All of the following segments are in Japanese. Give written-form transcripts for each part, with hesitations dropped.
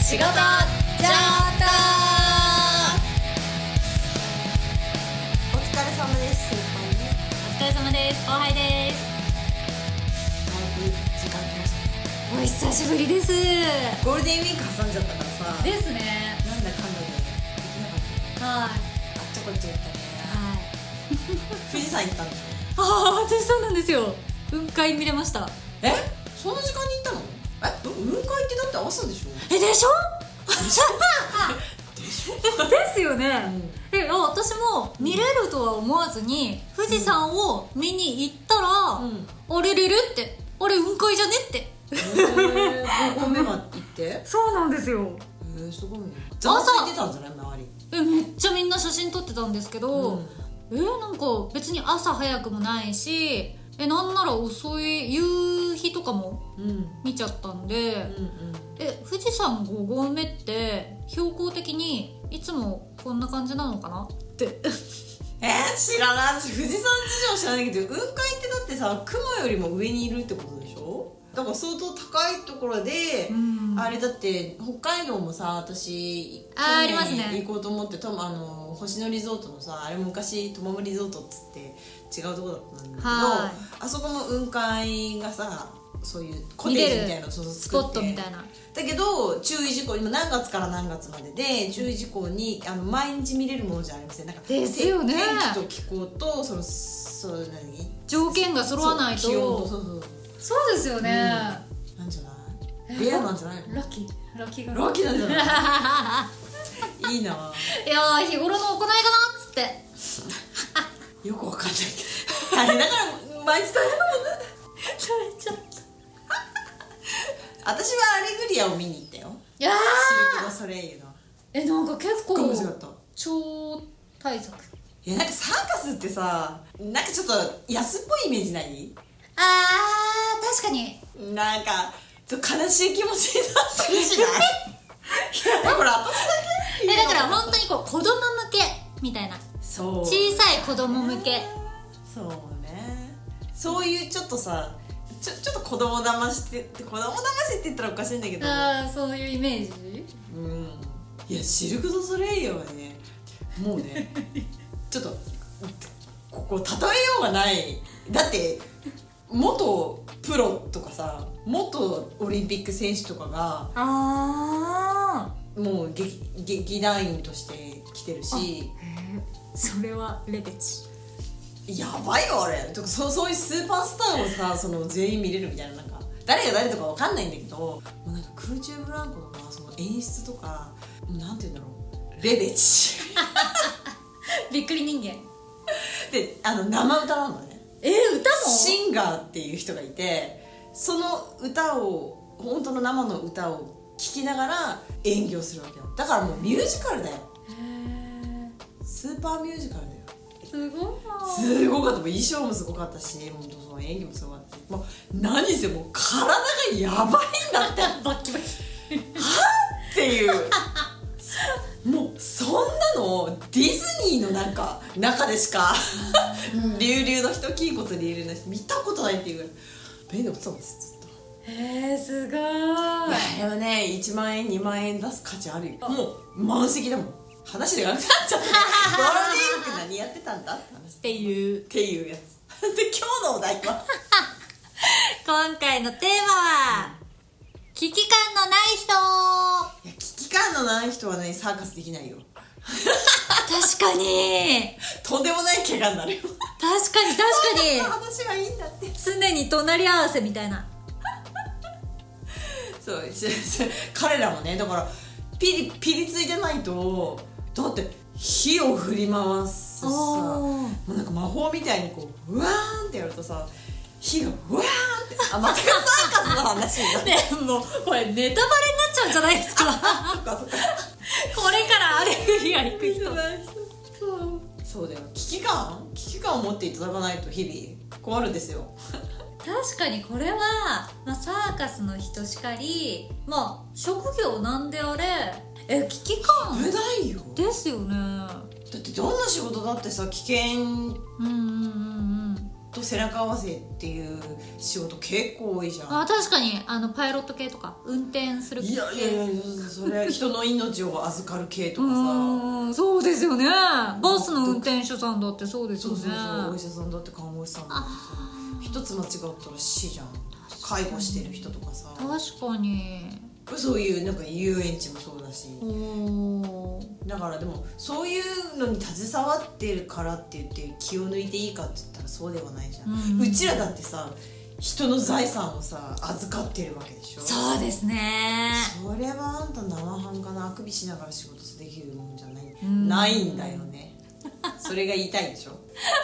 仕事じゃったお疲れ様です。先輩ね。 お疲れ様です。後輩です。 だいぶ時間来ましたね。 お久しぶりです。 ゴールデンウィーク挟んじゃったからさ、 ですね。 なんだかんだでできなかった。 はい。 あっちゃこっちゃ行ったね。 はい。 富士山行ったんでしょ。 私そうなんですよ。雲海見れました。 え？そんな時間に行ったの？雲海ってだって朝でしょ？ でしょ？ でしょ？ ですよね。私も見れるとは思わずに富士山を見に行ったら、あれれれってあれ雲海じゃねって。 5合目が行って？ そうなんですよ。 すごいね。ざわついてたんじゃない周り？ めっちゃみんな写真撮ってたんですけど、なんか別に朝早くもないし、なんなら遅い夕日とかも見ちゃったんで、富士山5合目って標高的にいつもこんな感じなのかなって知らない。私富士山事情知らないけど、雲海ってだってさ、雲よりも上にいるってことでしょ？だから相当高いところで、あれだって北海道もさ、私ありますね、 行こうと思って星野リゾートのさ、あれ昔トマムリゾートっつって違うとこだったんだけど、あそこの雲海がさ、そういうコテージみたいなのスポットみたいな。 だけど注意事項、今何月から何月までで注意事項に毎日見れるものじゃありません。なんかですよね。 天気と気候と条件が揃わないと。 気温とそうですよね。 なんじゃない？レアなんじゃないの？ ラッキーなんじゃないいいな。 いやー、日頃の行いかなっつってよくわかんないけど大変だから毎日大変だもんね。 食べちゃった。 私はアレグリアを見に行ったよ。 いやー、 シルク・ドゥ・ソレイユの。 なんか結構面白かった。 超大作。 いや、なんかサーカスってさ、なんかちょっと安っぽいイメージない？ 確かになんかちょっと悲しい気持ちになってるしないこれ私だけ？ だから本当にこう子供向けみたいな、 そう、 小さい子供向け。 そうね。そういうちょっとさ、ちょっと子供騙しって言ったらおかしいんだけど、 そういうイメージ。 いや、シルク・ドゥ・ソレイユはね、もうねちょっとここ例えようがない。だって元プロとかさ、元オリンピック選手とかがもう劇団員として来てるし、 それはレベチ。 やばいよあれ。そういうスーパースターをさ、その全員見れるみたいな、なんか誰が誰とかわかんないんだけど、もうなんか空中ブランコとかその演出とか、もうなんて言うんだろう、レベチびっくり人間で、生歌なのね。 歌もシンガーっていう人がいて、その歌を、本当の生の歌を聴きながら演技をするわけよ。だからもうミュージカルだよ。スーパーミュージカルだよ。 すごいな。 すごかった。もう衣装もすごかったし、もうその演技もすごかったし、もう何せもう体がやばいんだってバッキバキはぁっていうもうそんなのディズニーのなんか中でしか隆々の人、筋骨隆々の人見たことないっていうぐらいベンドそうですずっと。 すごい。 でもね、1万円2万円出す価値あるよ。もう満席だもん。話でなくなっちゃったゴールデンウィーク何やってたんだって話っていうやつで、今日のお題は今回のテーマは、危機感のない人。 いや、危機感のない人はね、サーカスできないよ。 確かにとんでもない怪我になるよ。 確かに話はいいんだって。 常に隣り合わせみたいな。 そう彼らもね、だからピリついてないと、だって火を振り回すさ、もうなんか魔法みたいにこううわーんってやるとさ、火がうわーんって、またサーカスの話になってもうこれネタバレになっちゃうんじゃないですかこれからアレグリア行く人そうだよ。危機感を持っていただかないと日々困るんですよ。 確かにこれは、サーカスの人しかり、職業なんであれ危機感危ないよ。 ですよね。 だってどんな仕事だってさ、危険と背中合わせっていう仕事結構多いじゃん。 確かにパイロット系とか運転する系。 いやそれ人の命を預かる系とかさそうですよね。バスの運転手さんだってそうですよね。 そうお医者さんだって看護師さんだって一つ間違ったら死じゃん。介護してる人とかさ。 確かにそういうなんか遊園地もそうだし。だからでもそういうのに携わってるからって言って気を抜いていいかって言ったらそうではないじゃん。うちらだってさ人の財産をさ預かってるわけでしょ。 そうですね。 それはあんた生半可なあくびしながら仕事できるもんじゃないんだよね。それが言いたいでしょ。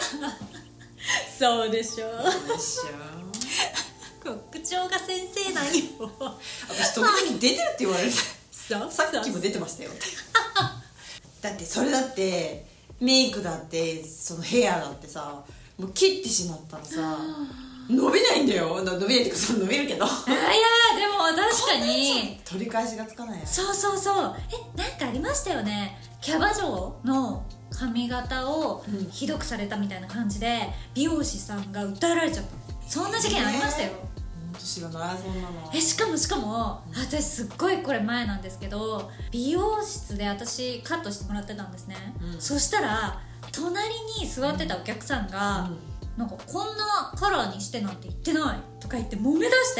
そうでしょ。 でしょ。 口調が先生なんよ。 私時々出てるって言われる。 さっきも出てましたよって。だってそれだってメイクだってそのヘアだってさもう切ってしまったらさ伸びないんだよ。伸びないっていうかその伸びるけど。いやでも確かに取り返しがつかないよ。 そうなんかありましたよね。キャバ嬢の髪型をひどくされたみたいな感じで美容師さんが訴えられちゃった。そんな事件ありましたよ。 知らないそんなの。 しかも私すっごいこれ前なんですけど美容室で私カットしてもらってたんですね、そしたら隣に座ってたお客さんが、なんかこんなカラーにしてなんて言ってないとか言って揉め出して、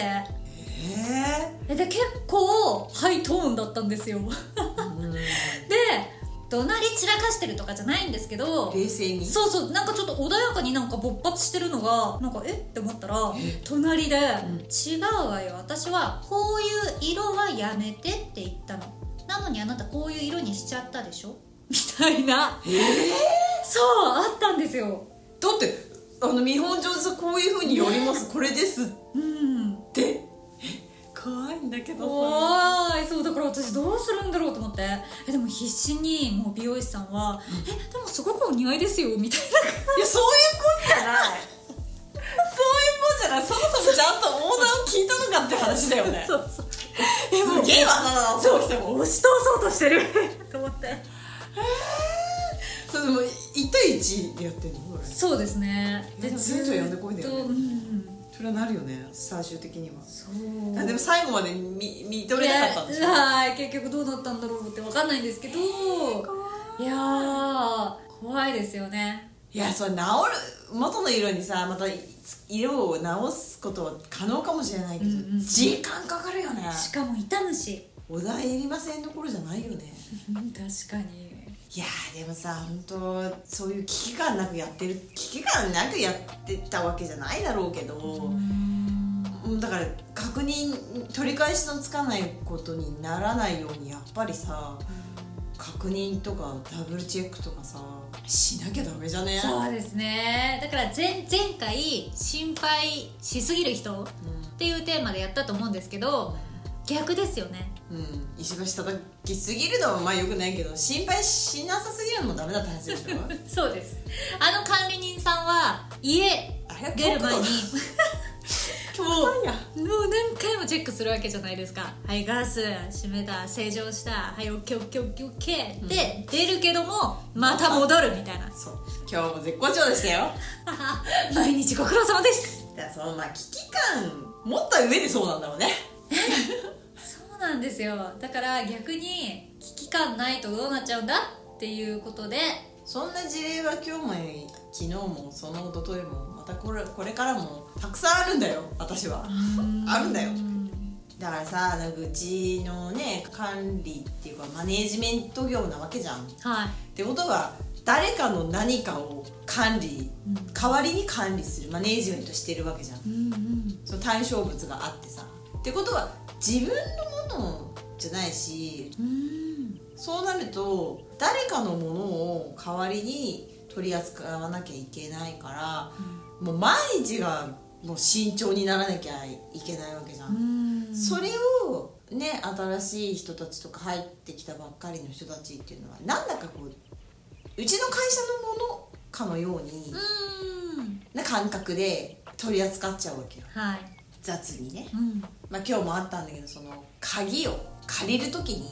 で結構ハイトーンだったんですよ、で怒鳴り散らかしてるとかじゃないんですけど冷静にそうなんかちょっと穏やかになんか勃発してるのがなんかって思ったら隣で、違うわよ私はこういう色はやめてって言ったのなのにあなたこういう色にしちゃったでしょみたいなそうあったんですよ。 だって見本上でさこういう風によりますこれですって怖いんだけどさ怖い。そうだから私どうするんだろうと思ってでも必死にもう美容師さんはでもすごくお似合いですよみたいな。 いやそういうことじゃないそういうことじゃない。そもそもちゃんとオーダーを聞いたのかって話だよね。 そうすげえ技だな。 そう押し通そうとしてると思ってそれでも1対1でやってんのこれ。 そうですね。 でずっと呼んでこいだよね。それはなるよね最終的には。そうでも最後まで認めなかったんでしょ。 はい結局どうなったんだろうって分かんないんですけどいやー怖いですよね。 いやそれ治る元の色にさまた色を直すことは可能かもしれないけど、時間かかるよね。 しかも傷むしお題いりませんどころじゃないよね確かに。 いやでもさ本当そういう危機感なくやってたわけじゃないだろうけどだから確認取り返しのつかないことにならないようにやっぱりさ確認とかダブルチェックとかさしなきゃダメじゃね。 そうですね。だから前回心配しすぎる人っていうテーマでやったと思うんですけど、逆ですよね。 石橋叩きすぎるのはまあよくないけど心配しなさすぎるのもダメだったはずでしょそうです。管理人さんは家出る前にもう何回もチェックするわけじゃないですか。はいガス閉めた正常したはいオッケーオッケーオッケーオッケーで出るけどもまた戻るみたいな。 そう今日も絶好調でしたよ毎日ご苦労様です。 だからその危機感持った上でそうなんだろうねそうなんですよ。だから逆に危機感ないとどうなっちゃうんだっていうことでそんな事例は今日も昨日もその一昨日もまたこれからもたくさんあるんだよ私はあるんだよ。だからさなんかうちのね管理っていうかマネージメント業なわけじゃん、ってことは誰かの何かを代わりに管理するマネージメントしてるわけじゃん、その対象物があってさってことは自分のものじゃないし、そうなると誰かのものを代わりに取り扱わなきゃいけないから、もう毎日がもう慎重にならなきゃいけないわけじゃん、それをね新しい人たちとか入ってきたばっかりの人たちっていうのはなんだかこうちの会社のものかのようにな感覚で取り扱っちゃうわけよ、雑にね、今日もあったんだけどその鍵を借りるときに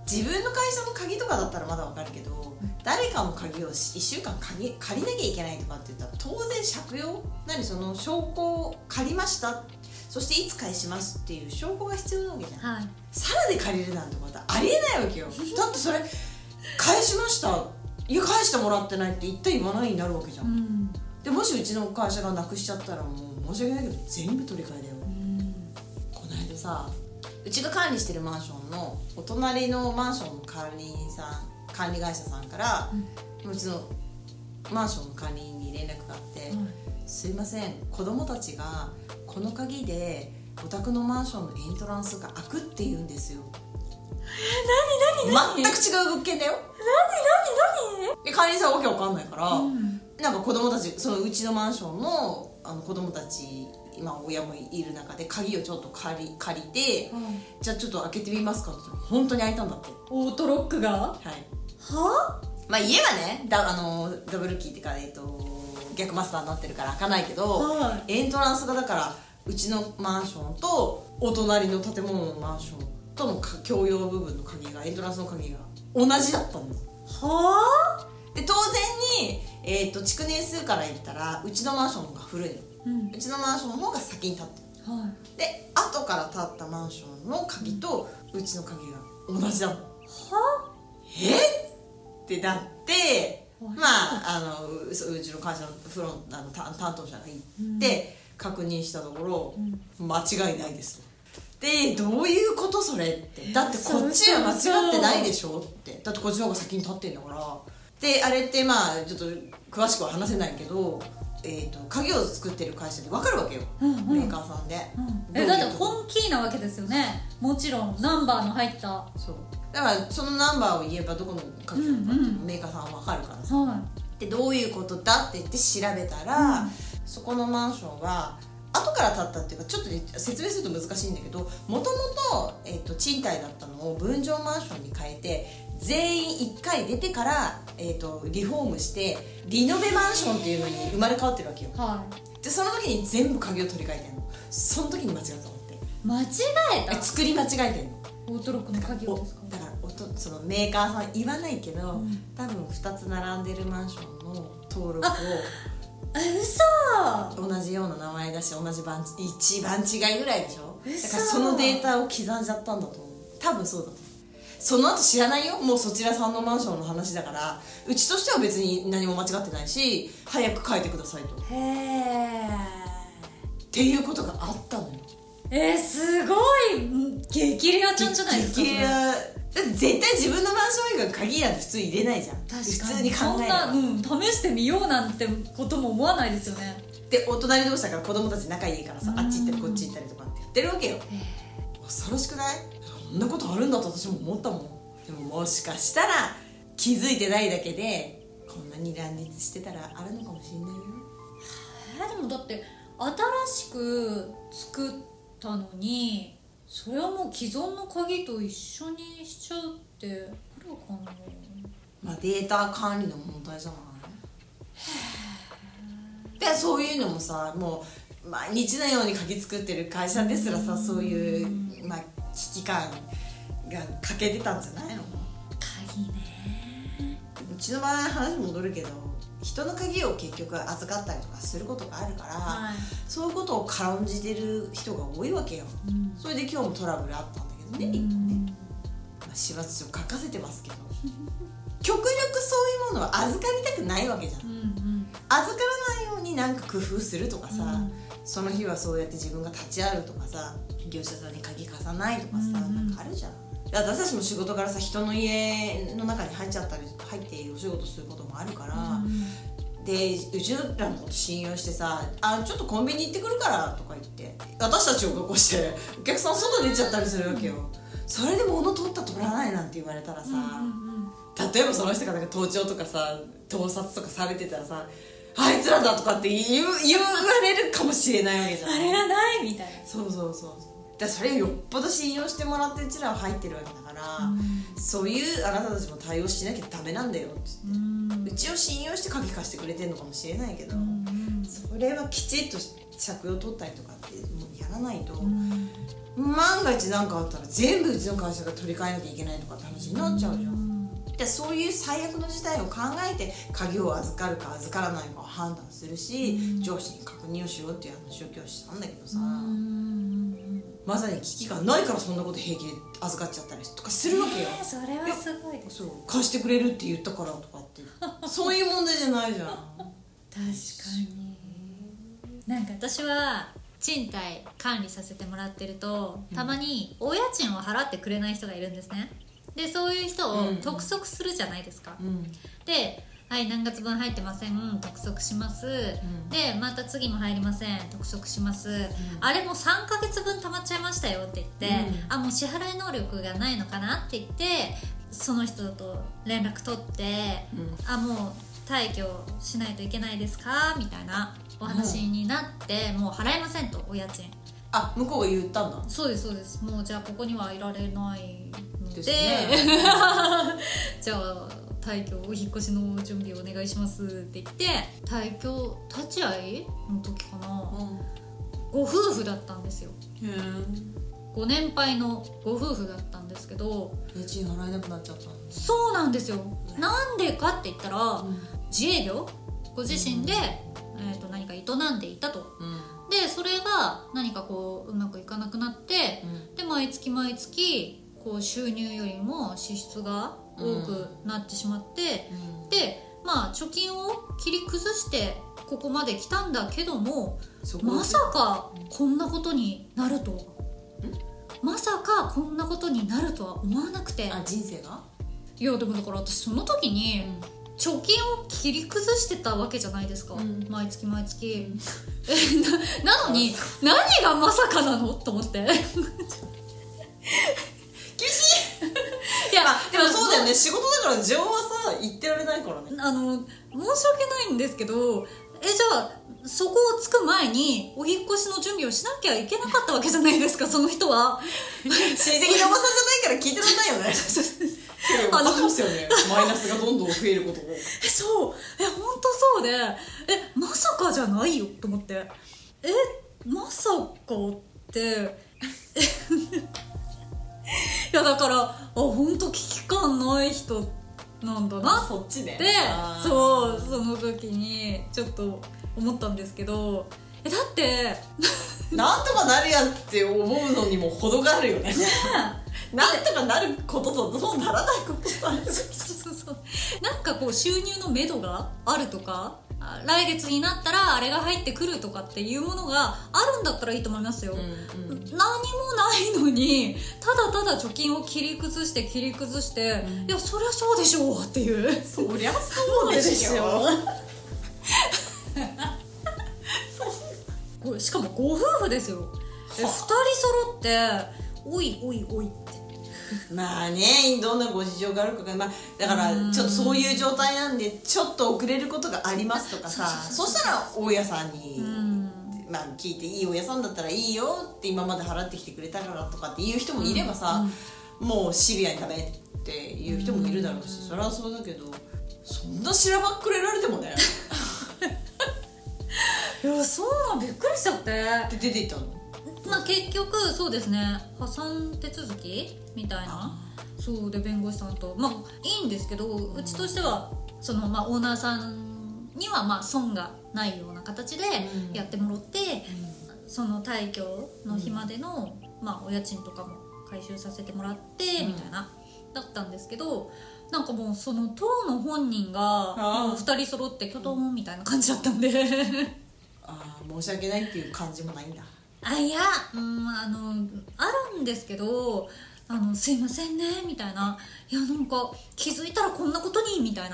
自分の会社の鍵とかだったらまだわかるけど、誰かの鍵を1週間借りなきゃいけないとかって言ったら当然借用、その証拠を借りました、そしていつ返しますっていう証拠が必要なわけじゃん、はい、さらで借りるなんてことはありえないわけよだってそれ返しました、いや返してもらってないって言った言わないになるわけじゃん、でもしうちの会社がなくしちゃったらもう申し訳ないけど全部取り替えだよ、この間さ、うちが管理してるマンションのお隣のマンションの管理会社さんから、うちのマンションの管理人に連絡があって、すいません、子供たちがこの鍵でお宅のマンションのエントランスが開くって言うんですよ。何全く違う物件だよ。で管理人さんわけわかんないから、なんか子供たち、そのうちのマンションの子供たち、今親もいる中で鍵をちょっと借りて、じゃあちょっと開けてみますかって言ったら本当に開いたんだって。 オートロックがはまあ家はねダブルキーっていうか、逆マスターになってるから開かないけど、エントランスがだからうちのマンションとお隣の建物のマンションとの共用部分の鍵が、エントランスの鍵が同じだったの。で当然に、築年数から言ったらうちのマンションの方が古いの、うちのマンションの方が先に建ってる、で後から建ったマンションの鍵とうちの鍵が同じだもん。ってなって、まあうちの会社の担当者が行って、確認したところ、間違いないですと。でどういうことそれって、だってこっちは間違ってないでしょって、だってこっちの方が先に立ってんだから。であれってまあちょっと詳しくは話せないけど、鍵を作ってる会社で分かるわけよ、メーカーさんで、 だって本キーなわけですよね、もちろんナンバーの入った。 そうだからそのナンバーを言えばどこの鍵なのかってメーカーさんは分かるからさ、でどういうことだって言って調べたら、そこのマンションは後から建ったっていうか、ちょっと、説明すると難しいんだけど、もともと賃貸だったのを分譲マンションに変えて、全員1回出てから、リフォームしてリノベマンションっていうのに生まれ変わってるわけよ、でその時に全部鍵を取り替えてんの。その時に間違ったのって。 間違えた？ 作り間違えてんの。 オートロックの鍵をですか？ だからそのメーカーさん言わないけど、多分2つ並んでるマンションの登録を同じような名前だし、同じ一番違いぐらいでしょ。だからそのデータを刻んじゃったんだと思う。多分そうだと思う。その後知らないよ、もうそちらさんのマンションの話だから、うちとしては別に何も間違ってないし、早く変えてくださいと。っていうことがあったのよ。 すごい激レアちゃんじゃないですか。 激レアだって絶対自分のマンション以外鍵なんて普通入れないじゃん。 確かに普通に考えれば、 試してみようなんてことも思わないですよね。 でお隣同士だから子供たち仲いいからさ、あっち行ったりこっち行ったりとかってやってるわけよ。恐ろしくない？そんなことあるんだと私も思ったもん。でももしかしたら気づいてないだけでこんなに乱立してたらあるのかもしれないよ。 でもだって新しく作ったのに、それはもう既存の鍵と一緒にしちゃうってあるかな。 まあデータ管理の問題じゃない。でそういうのもさ、もう毎日のように鍵作ってる会社ですらさ、そういう、危機感が欠けてたんじゃないの？ 鍵ね。 うちの場合話戻るけど、人の鍵を結局預かったりとかすることがあるから、そういうことを軽んじてる人が多いわけよ、それで今日もトラブルあったんだけどね、1個ね、始末書書かせてますけど極力そういうものは預かりたくないわけじゃん、預からないようになんか工夫するとかさ、その日はそうやって自分が立ち会うとかさ、業者さんに鍵貸さないとかさ、なんかあるじゃん。私たちも仕事からさ、人の家の中に入ってお仕事することもあるから、でうちらのこと信用してさ、ちょっとコンビニ行ってくるからとか言って私たちを起こしてお客さん外出ちゃったりするわけよ。それで物取った取らないなんて言われたらさ、例えばその人が盗聴とかさ盗撮とかされてたらさ、あいつらだとかって言われるかもしれないわけじゃん。 あれがないみたいな。 そうだからそれをよっぽど信用してもらってうちらは入ってるわけだから、そういうあなたたちも対応しなきゃダメなんだよっつって、うちを信用して鍵貸してくれてるのかもしれないけど、 それはきちっと着用取ったりとかってもうやらないと、万が一何かあったら全部うちの会社が取り替えなきゃいけないとかって話になっちゃうじゃん。でそういう最悪の事態を考えて鍵を預かるか預からないかを判断するし、上司に確認をしろっていう話を今日したんだけどさ、まさに危機感ないからそんなこと平気で預かっちゃったりとかするわけよ。 それはすごいです。 そう貸してくれるって言ったからとかってそういう問題じゃないじゃん。確かに。なんか私は賃貸管理させてもらってると、たまにお家賃を払ってくれない人がいるんですね。でそういう人を督促するじゃないですか、で、はい、何月分入ってません、督促します、でまた次も入りません、督促します、あれもう3ヶ月分溜まっちゃいましたよって言って、あ、もう支払い能力がないのかなって言ってその人と連絡取って、あ、もう退去しないといけないですかみたいなお話になって、もう払えませんと、お家賃。 あ、向こうが言ったんだ。 そうですそうです。もうじゃあここにはいられないので、じゃあ退去お引っ越しの準備をお願いしますって言って、退去立ち会いの時かな、ご夫婦だったんですよ。ご年配のご夫婦だったんですけど、 家賃払えなくなっちゃった。 そうなんですよ。なんでかって言ったら、自営業ご自身で、何か営んでいたと、でそれが何かこううまくいかなくなって、で毎月毎月こう収入よりも支出が多くなってしまって、でまあ貯金を切り崩してここまで来たんだけども、まさかこんなことになるとは、まさかこんなことになるとは思わなくて。 あ、人生が？ いやでもだから私その時に、貯金を切り崩してたわけじゃないですか、毎月毎月、なのに何がまさかなのと思って厳しいいや、でもそうだよね、仕事だから情はさ言ってられないからね。 申し訳ないんですけど、じゃあそこをつく前にお引っ越しの準備をしなきゃいけなかったわけじゃないですかその人は。 親戚のおばさんじゃないから聞いてらんないよね。分かってますよね、マイナスがどんどん増えることを。 そう、本当そうで、まさかじゃないよと思って、まさかっていやだから本当危機感ない人なんだなそっちね。 で、そうその時にちょっと思ったんですけど、だってなんとかなるやんって思うのにも程があるよね。なんとかなることとそうならないこととある。 そうなんかこう収入のめどがあるとか、来月になったらあれが入ってくるとかっていうものがあるんだったらいいと思いますよ、何もないのにただただ貯金を切り崩して、いやそりゃそうでしょうっていう。 そりゃそうでしょしかもご夫婦ですよ。2人揃っておいおいおいって。 まあね、どんなご事情があるかが、だからちょっとそういう状態なんでちょっと遅れることがありますとかさ、そしたら大家さんに、聞いて、いい大家さんだったらいいよって今まで払ってきてくれたからとかっていう人もいればさ、もうシビアにダメっていう人もいるだろうし、それはそうだけど、そんなしらばっくれられてもねいやそうな、びっくりしちゃって。 で出ていったの？ 結局そうですね、破産手続きみたいな、そうで弁護士さんといいんですけど、うちとしてはそのオーナーさんには損がないような形でやってもらって、その退去の日までのお家賃とかも回収させてもらってみたいな、だったんですけど、なんかもうその当の本人がもう2人揃ってキョトンみたいな感じだったんで申し訳ないっていう感じもないんだ。 いや、あるんですけど、すいませんねみたいな、いやなんか気づいたらこんなことにみたい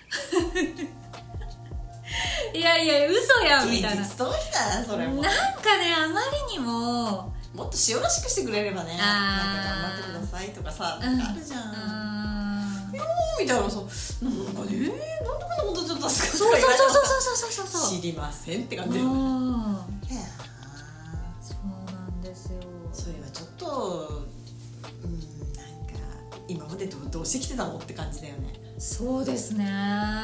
ないやいや嘘やんみたいな。 現実逃避だなそれも。 なんかね、あまりにももっと塩らしくしてくれればね、なんか頑張ってくださいとかさ、なんかあるじゃん。みたいなさ、なんかね、なんでこんなことちょっと助かったそう知りませんって感じ。 そうなんですよ。 それはちょっとなんか今までどうしてきてたのって感じだよね。 そうですね。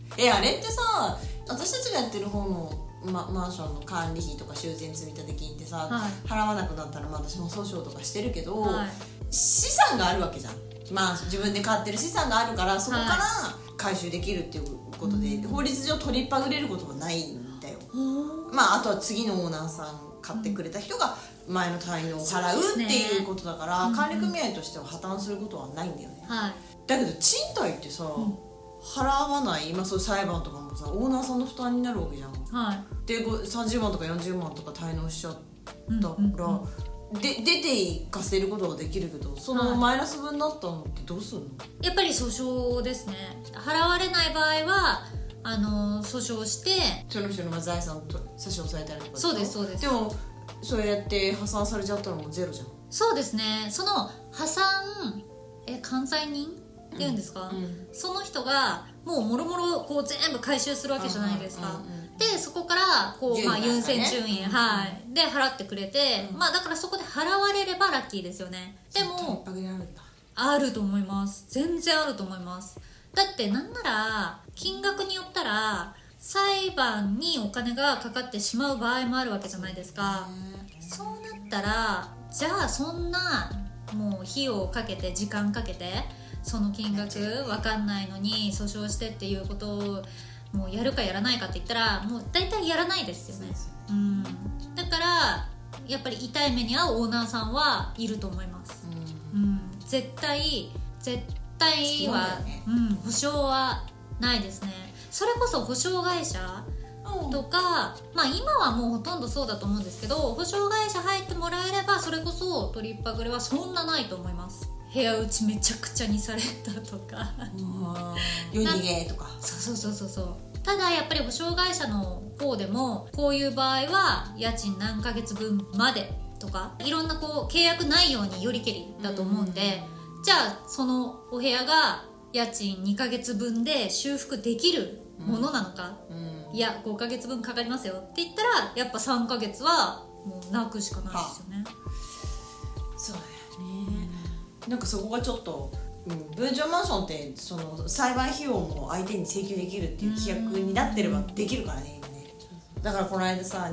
あれってさ、私たちがやってる方のマンションの管理費とか修繕積立金ってさ、はい、払わなくなったら、私も訴訟とかしてるけど、はい、資産があるわけじゃん。自分で買ってる資産があるから、そこから回収できるっていうことで、はい、法律上取りっぱぐれることはないんだよ。あとは次のオーナーさん買ってくれた人が前の滞納を払うっていうことだから、管理組合としては破綻することはないんだよね、はい、だけど賃貸ってさ、払わない、そういう裁判とかもさ、オーナーさんの負担になるわけじゃん、はい、で30万とか40万とか滞納しちゃったから、出ていかせることができるけど、そのマイナス分だったのってどうするの？ やっぱり訴訟ですね。払われない場合は訴訟して、 その人の財産と差し押さえたりとか。 そうですそうです。 でもそうやって破産されちゃったらもうゼロじゃん。 そうですね。その破産管財人っていうんですか、その人がもうもろもろこう全部回収するわけじゃないですか。でそこからこう、優先順位、で払ってくれて、だからそこで払われればラッキーですよね。でもあると思います。全然あると思います。だってなんなら金額によったら裁判にお金がかかってしまう場合もあるわけじゃないですか。そうなったら、じゃあそんなもう費用をかけて時間かけてその金額分かんないのに訴訟してっていうことをもうやるかやらないかって言ったら、もう大体やらないですよね。だからやっぱり痛い目に遭うオーナーさんはいると思います。絶対は、保証はないですね。それこそ保証会社とか、今はもうほとんどそうだと思うんですけど、保証会社入ってもらえればそれこそ取りっぱぐれはそんなないと思います。部屋打ちめちゃくちゃにされたとか夜逃げとか。 そうただやっぱり保証会社の方でもこういう場合は家賃何ヶ月分までとか、いろんなこう契約内容によりけりだと思うんで、じゃあそのお部屋が家賃2ヶ月分で修復できるものなのか、いや5ヶ月分かかりますよって言ったら、やっぱ3ヶ月はもう泣くしかないですよね。 そうだよね。なんかそこがちょっと、分譲マンションってその裁判費用も相手に請求できるっていう規約になってればできるからね、今ね。だからこの間さ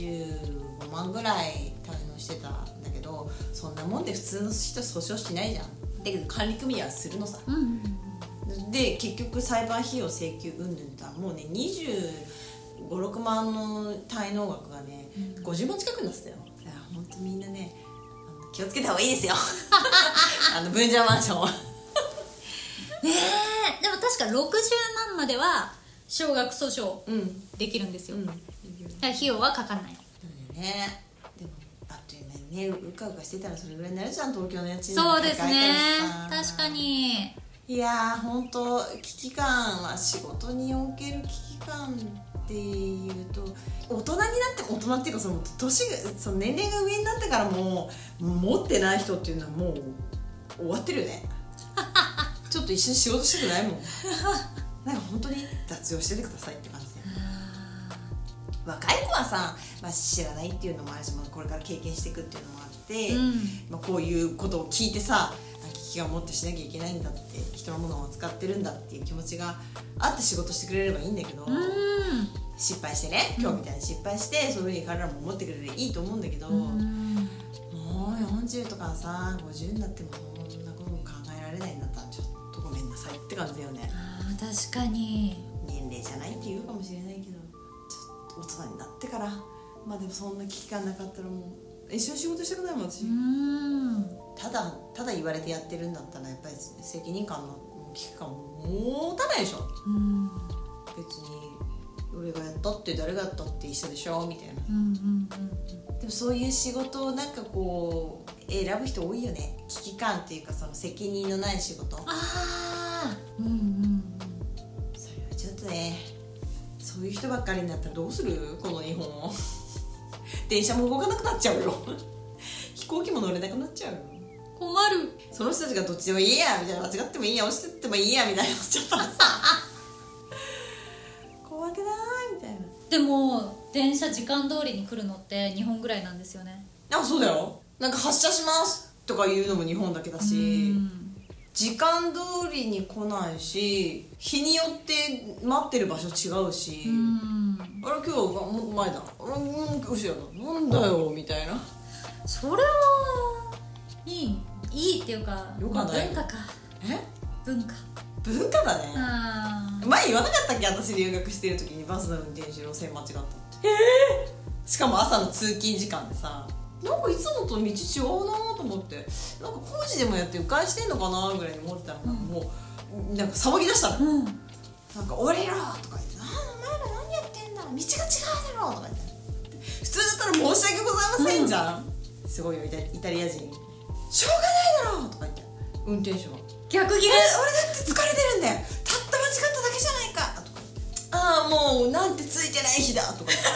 25万ぐらい滞納してたんだけど、そんなもんで普通の人訴訟しないじゃん。だけど管理組合はするのさ、で結局裁判費用請求うんぬんだ、もうね25、6万の滞納額がね、50万近くになってたよ。だから本当みんなね、気をつけた方がいいですよ分譲マンションはでも確か60万までは少額訴訟できるんですよ、費用はかかんない。 ね、でもあっという間にね、うかうかしてたらそれぐらいになるじゃん、東京の家賃。 そうですね、確かに。 いやー本当危機感は、仕事における危機感っていうと、大人になっても、大人っていうかその年齢が上になってからも持ってない人っていうのはもう終わってるよねちょっと一緒に仕事したくないもんなんか本当に雑用しててくださいって感じで。若い子はさ、知らないっていうのもあるし、これから経験していくっていうのもあって、こういうことを聞いてさ、危機感を持ってしなきゃいけないんだって、人のものを扱ってるんだっていう気持ちがあって仕事してくれればいいんだけど、失敗してね、今日みたいに失敗して、そういうふうに彼らも思ってくれればいいと思うんだけど、もう40とかさ50になってもそんなことも考えられないんだったら、ちょっとごめんなさいって感じだよね。 確かに年齢じゃないって言うかもしれないけど、ちょっと大人になってから、でもそんな危機感なかったらもう一緒に仕事したくないもん私。ただ言われてやってるんだったら、やっぱり責任感の危機感を持たないでしょ。別に俺がやったって誰がやったって一緒でしょみたいな。でもそういう仕事をなんかこう選ぶ人多いよね。危機感っていうか、その責任のない仕事。それはちょっとね、そういう人ばっかりになったらどうする？この日本電車も動かなくなっちゃうよ飛行機も乗れなくなっちゃうよ。 困る。 その人たちがどっちでもいいやみたいな、間違ってもいいや、落ちてってもいいやみたいな思っちゃったらさ怖くないみたいな。 でも電車時間通りに来るのって日本ぐらいなんですよね。 そうだよ。なんか発車しますとか言うのも日本だけだし、 時間通りに来ないし、日によって待ってる場所違うし、あれ今日は前だ、あれ後ろだ、なんだよみたいな。 それはいいっていうか、 よかったよ。 文化か。文化だね。前言わなかったっけ、私留学してる時にバスの運転手路線間違ったって。しかも朝の通勤時間でさ、なんかいつもと道違うなと思って、なんか工事でもやって迂回してんのかなぐらいに思ってたのが、もうなんか騒ぎ出したの、なんか降りろとか言って、お前ら何やってんだ、道が違うだろとか言って、普通だったら申し訳ございませんじゃん、すごいよイタリア人。しょうがないだろとか言って、運転手は逆ギレ。 俺だって疲れてるんだよ、たった間違っただけじゃないかとか言って、ああもうなんてついてない日だとか言って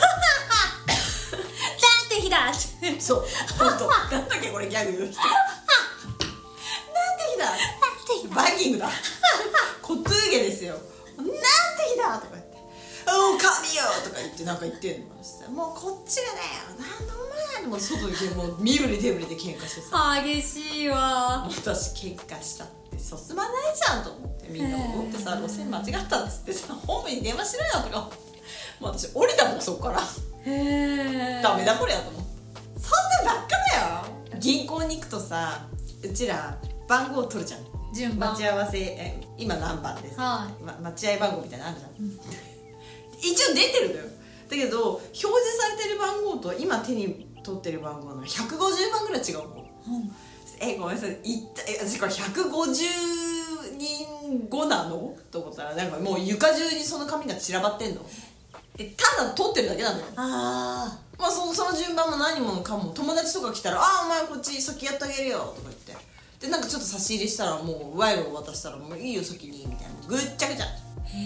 なんて日だそう、本当。なんだっけこれギャグ言う人。なんて日だ。バイキングだ。コトゥーゲですよ。なんて日だとか言って、おお神よとか言ってなんか言ってんの。もうこっちがだよ。なんでお前もう外にもう身振り手振りで喧嘩してさ。 激しいわ。 私喧嘩したって進まないじゃんと思って、みんな思ってさ、路線間違ったっつってさ、本部に電話しろよとか。もう私降りたもんそこから。ダメだこれやと思って。そんなばっかだよ。銀行に行くとさ、うちら番号取るじゃん、 順番。 待ち合わせ今何番です、待合番号みたいなのあるじゃん、一応出てるのよ。だけど表示されてる番号と今手に取ってる番号の150番ぐらい違うの、ごめんなさい、私これ150人後なのと思ったら、なんかもう床中にその紙が散らばってんので、ただ取ってるだけなのよ。まあその順番も何もかも、友達とか来たら、お前こっち先やってあげるよとか言って、でなんかちょっと差し入れしたら、もう賄賂を渡したら、もういいよ先にみたいな、ぐっちゃぐちゃ。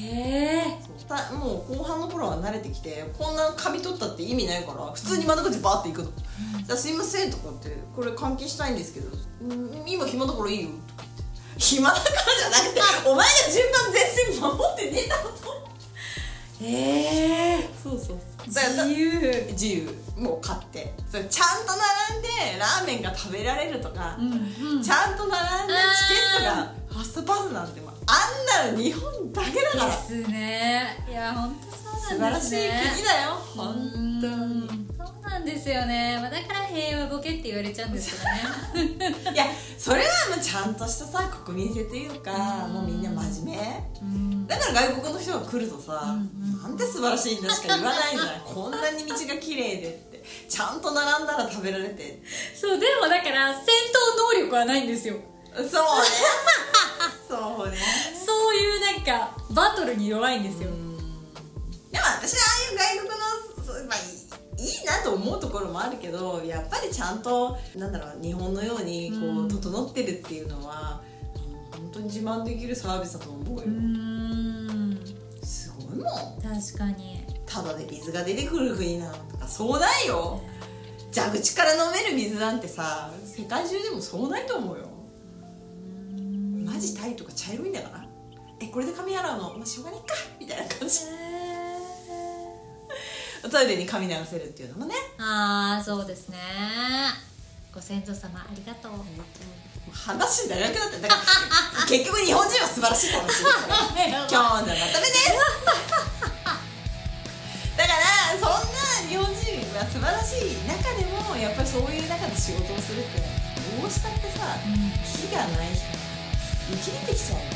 もう後半の頃は慣れてきて、こんな紙取ったって意味ないから、普通に窓口バーって行くの、じゃあすいませんとかって、これ換金したいんですけど、今暇だからいいよとか言って、暇だからじゃなくてお前が順番全然守ってねえだろと思って、そう自由もう買って、それちゃんと並んでラーメンが食べられるとか、ちゃんと並んでチケットがファストパスなんて、あんなの日本だけだからですね。いや本当そうなんですね。 素晴らしい国だよ本当に。 そうなんですよね。だから平和ボケって言われちゃうんですけどねいやそれはもうちゃんとしたさ国民性というか、もうみんな真面目、だから外国の人が来るとさ、なんて素晴らしいんだしか言わないんじゃないこんなに道が綺麗でって、ちゃんと並んだら食べられて。 そう、でもだから戦闘能力はないんですよ。 そうねそうね、 そういうなんかバトルに弱いんですよ。 でも私はああいう外国のいいなと思うところもあるけど、やっぱりちゃんとなんだろう、日本のようにこう整ってるっていうのは、本当に自慢できるサービスだと思うよ。すごいもん。 確かに。 ただで水が出てくる国なんとかそうないよ。蛇口から飲める水なんてさ、世界中でもそうないと思うよ。マジタイとか茶色いんだから、これで髪洗うの、しょうがないかみたいな感じ。トイレに髪流せるっていうのもね。 そうですね。ご先祖様ありがとう。 話長くなって、だから結局日本人は素晴らしいかもしれない今日のまとめですだからそんな日本人は素晴らしい中でも、やっぱりそういう中で仕事をするってどうしたってさ、火がない人生きれてきちゃうよね。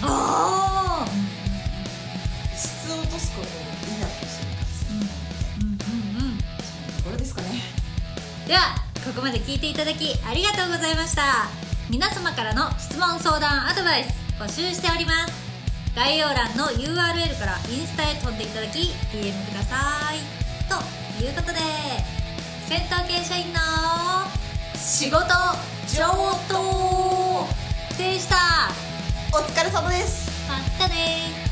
質を落とすことをいいなとするからさ、そんなところですかね。 ではここまで聞いていただきありがとうございました。皆様からの質問相談アドバイス募集しております。概要欄の URL からインスタへ飛んでいただき DM ください。ということで、戦闘系社員の仕事上等でした。 お疲れ様です。 またね。